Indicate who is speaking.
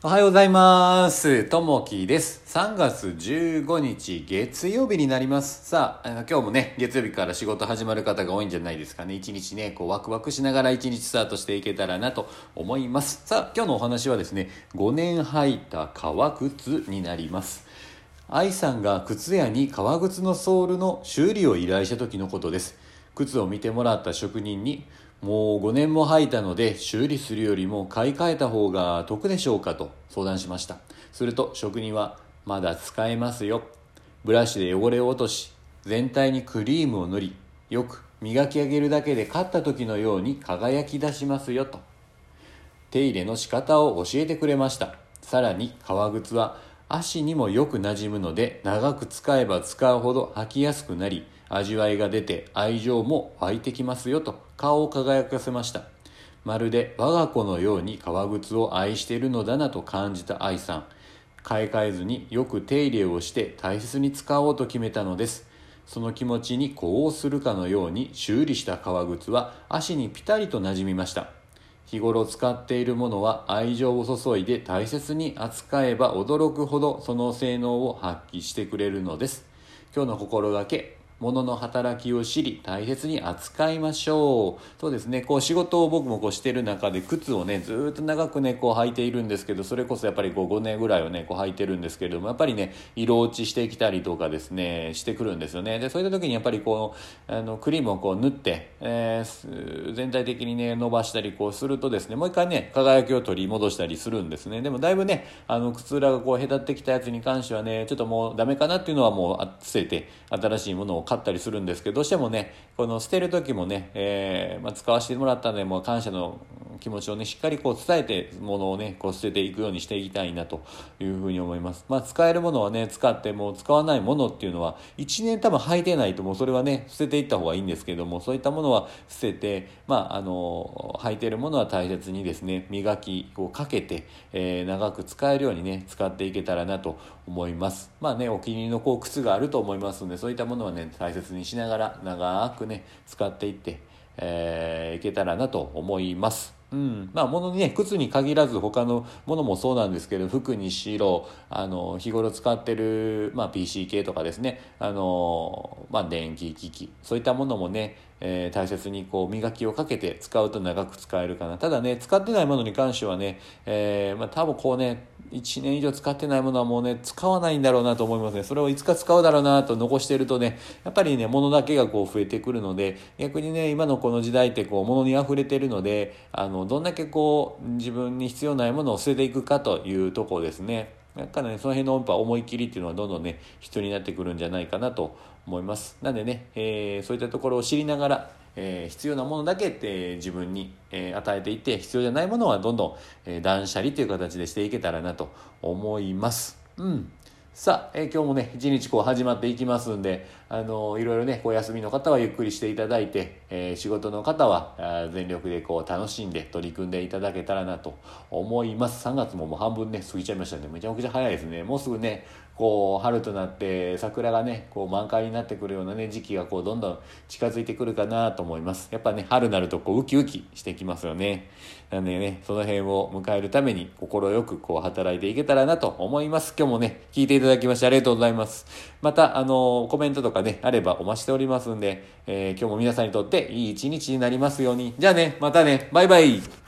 Speaker 1: おはようございます。ともきです。3月15日月曜日になります。さあ、今日もね、月曜日から仕事始まる方が多いんじゃないですかね。一日ね、ワクワクしながら一日スタートしていけたらなと思います。さあ、今日のお話はですね、5年履いた革靴になります。愛さんが靴屋に革靴のソールの修理を依頼した時のことです。靴を見てもらった職人に、もう5年も履いたので修理するよりも買い替えた方が得でしょうかと相談しました。すると職人は、まだ使えますよ。ブラシで汚れを落とし、全体にクリームを塗り、よく磨き上げるだけで買った時のように輝き出しますよと。手入れの仕方を教えてくれました。さらに革靴は足にもよく馴染むので、長く使えば使うほど履きやすくなり、味わいが出て愛情も湧いてきますよと顔を輝かせました。まるで我が子のように革靴を愛しているのだなと感じた愛さん。買い替えずによく手入れをして大切に使おうと決めたのです。その気持ちに呼応するかのように修理した革靴は足にピタリと馴染みました。日頃使っているものは愛情を注いで大切に扱えば驚くほどその性能を発揮してくれるのです。今日の心がけ、物の働きを知り大切に扱いましょう。そうですね、仕事を僕もしている中で靴をねずっと長くね履いているんですけど、それこそやっぱり5年ぐらいをね履いてるんですけれども、やっぱりね色落ちしてきたりとかですねしてくるんですよね。でそういった時にやっぱりクリームを塗って、全体的にね伸ばしたりするとですね、もう一回ね輝きを取り戻したりするんですね。でもだいぶね靴裏がへたってきたやつに関してはね、ちょっともうダメかなっていうのはもう捨てて新しいものを買ったりするんですけど、どうしてもね捨てる時もね、使わせてもらったのでもう感謝の気持ちをねしっかり伝えて物をね捨てていくようにしていきたいなというふうに思います。使えるものはね使って、もう使わないものっていうのは1年多分履いてないともうそれはね捨てていった方がいいんですけども、そういったものは捨てて、履いているものは大切にですね磨きをかけて、長く使えるようにね使っていけたらなと思います。お気に入りの靴があると思いますので、そういったものはね大切にしながら長くね使っていって、いけたらなと思います。物にね靴に限らず他のものもそうなんですけど、服にしろ日頃使ってる、PC 系とかですね、電気機器、そういったものもね、大切に磨きをかけて使うと長く使えるかな。ただね使ってないものに関してはね、多分1年以上使ってないものはもうね使わないんだろうなと思いますね。それをいつか使うだろうなと残しているとね、やっぱりね物だけが増えてくるので、逆にね今のこの時代って物に溢れているので、どんだけ自分に必要ないものを捨てていくかというところですね。なんかねその辺の思い切りっていうのはどんどんね必要になってくるんじゃないかなと思います。なんでね、そういったところを知りながら、必要なものだけって自分に、与えていって、必要じゃないものはどんどん、断捨離という形でしていけたらなと思います。さあ、今日もね一日始まっていきますんで、いろいろね休みの方はゆっくりしていただいて、仕事の方は全力で楽しんで取り組んでいただけたらなと思います。3月ももう半分ね過ぎちゃいましたね。めちゃくちゃ早いですね。もうすぐね春となって桜がね満開になってくるようなね時期がどんどん近づいてくるかなと思います。やっぱね春になるとウキウキしてきますよね。なんでねその辺を迎えるために心よく働いていけたらなと思います。今日もね聞いていただきましてありがとうございます。またコメントとかねあればお待ちしておりますんで、今日も皆さんにとっていい一日になりますように。じゃあね、またね、バイバイ。